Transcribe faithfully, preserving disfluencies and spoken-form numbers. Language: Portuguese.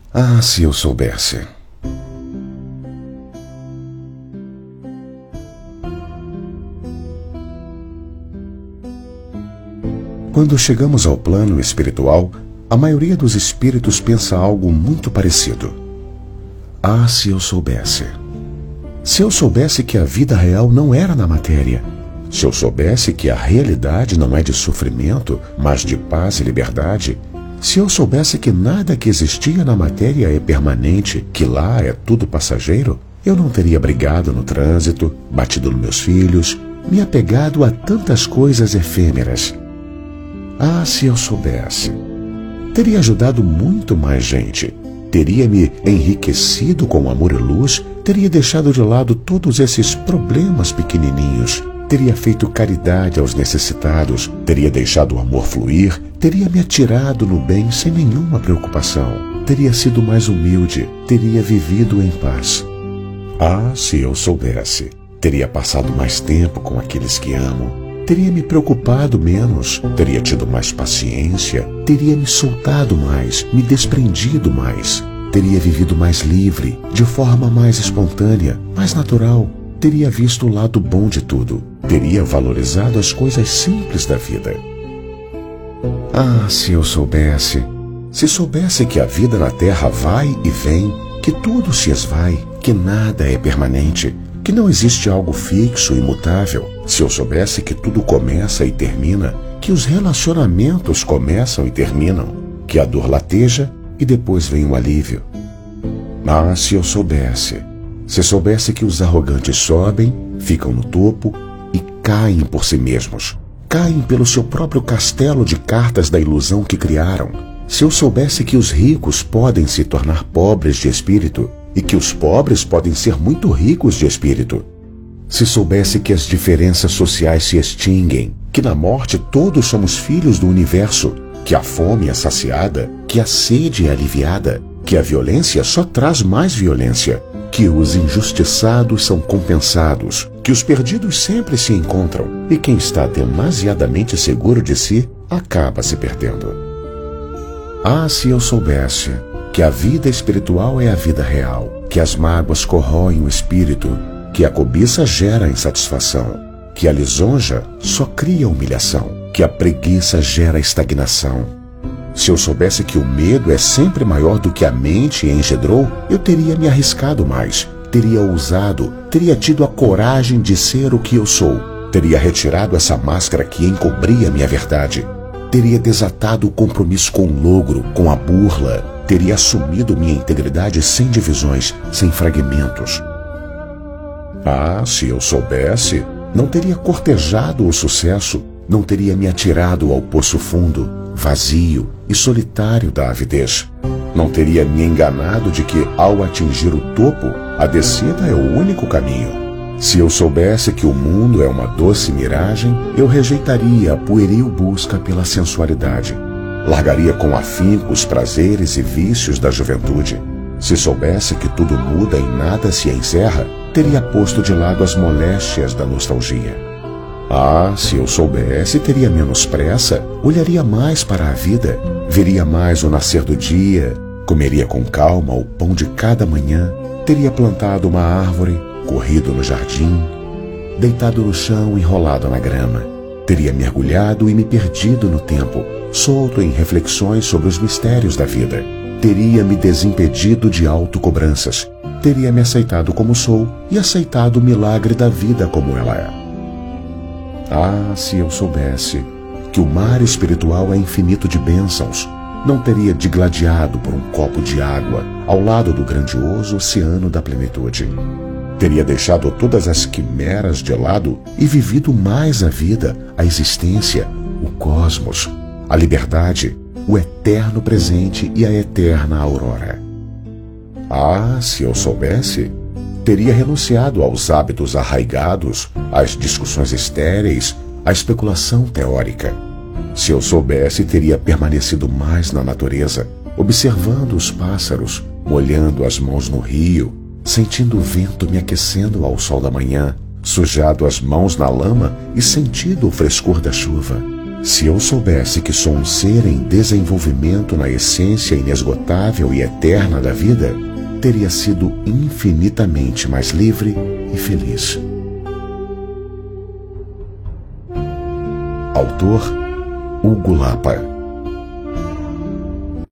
Ah, se eu soubesse. Quando chegamos ao plano espiritual, a maioria dos espíritos pensa algo muito parecido. Ah, se eu soubesse. Se eu soubesse que a vida real não era na matéria. Se eu soubesse que a realidade não é de sofrimento, mas de paz e liberdade. Se eu soubesse que nada que existia na matéria é permanente, que lá é tudo passageiro, eu não teria brigado no trânsito, batido nos meus filhos, me apegado a tantas coisas efêmeras. Ah, se eu soubesse. Teria ajudado muito mais gente. Teria me enriquecido com amor e luz, teria deixado de lado todos esses problemas pequenininhos, teria feito caridade aos necessitados, teria deixado o amor fluir, teria me atirado no bem sem nenhuma preocupação, teria sido mais humilde, teria vivido em paz. Ah, se eu soubesse. Teria passado mais tempo com aqueles que amo, teria me preocupado menos, teria tido mais paciência, teria me soltado mais, me desprendido mais, teria vivido mais livre, de forma mais espontânea, mais natural, teria visto o lado bom de tudo, teria valorizado as coisas simples da vida. Ah, se eu soubesse, se soubesse que a vida na Terra vai e vem, que tudo se esvai, que nada é permanente, que não existe algo fixo e imutável, se eu soubesse que tudo começa e termina, que os relacionamentos começam e terminam, que a dor lateja e depois vem o alívio. Ah, se eu soubesse, se soubesse que os arrogantes sobem, ficam no topo e caem por si mesmos, caem pelo seu próprio castelo de cartas da ilusão que criaram, se eu soubesse que os ricos podem se tornar pobres de espírito, e que os pobres podem ser muito ricos de espírito. Se soubesse que as diferenças sociais se extinguem, que na morte todos somos filhos do universo, que a fome é saciada, que a sede é aliviada, que a violência só traz mais violência, que os injustiçados são compensados, que os perdidos sempre se encontram e quem está demasiadamente seguro de si acaba se perdendo. Ah, se eu soubesse que a vida espiritual é a vida real, que as mágoas corroem o espírito, que a cobiça gera insatisfação, que a lisonja só cria humilhação, que a preguiça gera estagnação. Se eu soubesse que o medo é sempre maior do que a mente engendrou, eu teria me arriscado mais, teria ousado, teria tido a coragem de ser o que eu sou, teria retirado essa máscara que encobria minha verdade, teria desatado o compromisso com o logro, com a burla, teria assumido minha integridade sem divisões, sem fragmentos. Ah, se eu soubesse, não teria cortejado o sucesso, não teria me atirado ao poço fundo, vazio e solitário da avidez. Não teria me enganado de que, ao atingir o topo, a descida é o único caminho. Se eu soubesse que o mundo é uma doce miragem, eu rejeitaria a pueril busca pela sensualidade. Largaria com afinco os prazeres e vícios da juventude. Se soubesse que tudo muda e nada se encerra, teria posto de lado as moléstias da nostalgia. Ah, se eu soubesse, teria menos pressa, olharia mais para a vida, veria mais o nascer do dia, comeria com calma o pão de cada manhã, teria plantado uma árvore, corrido no jardim, deitado no chão enrolado na grama, teria mergulhado e me perdido no tempo, solto em reflexões sobre os mistérios da vida, teria me desimpedido de autocobranças, teria me aceitado como sou e aceitado o milagre da vida como ela é. Ah, se eu soubesse que o mar espiritual é infinito de bênçãos, não teria digladiado por um copo de água ao lado do grandioso oceano da plenitude. Teria deixado todas as quimeras de lado e vivido mais a vida, a existência, o cosmos, a liberdade, o eterno presente e a eterna aurora. Ah, se eu soubesse, teria renunciado aos hábitos arraigados, às discussões estéreis, à especulação teórica. Se eu soubesse, teria permanecido mais na natureza, observando os pássaros, molhando as mãos no rio, sentindo o vento me aquecendo ao sol da manhã, sujado as mãos na lama e sentido o frescor da chuva. Se eu soubesse que sou um ser em desenvolvimento na essência inesgotável e eterna da vida, teria sido infinitamente mais livre e feliz. Autor Hugo Lapa.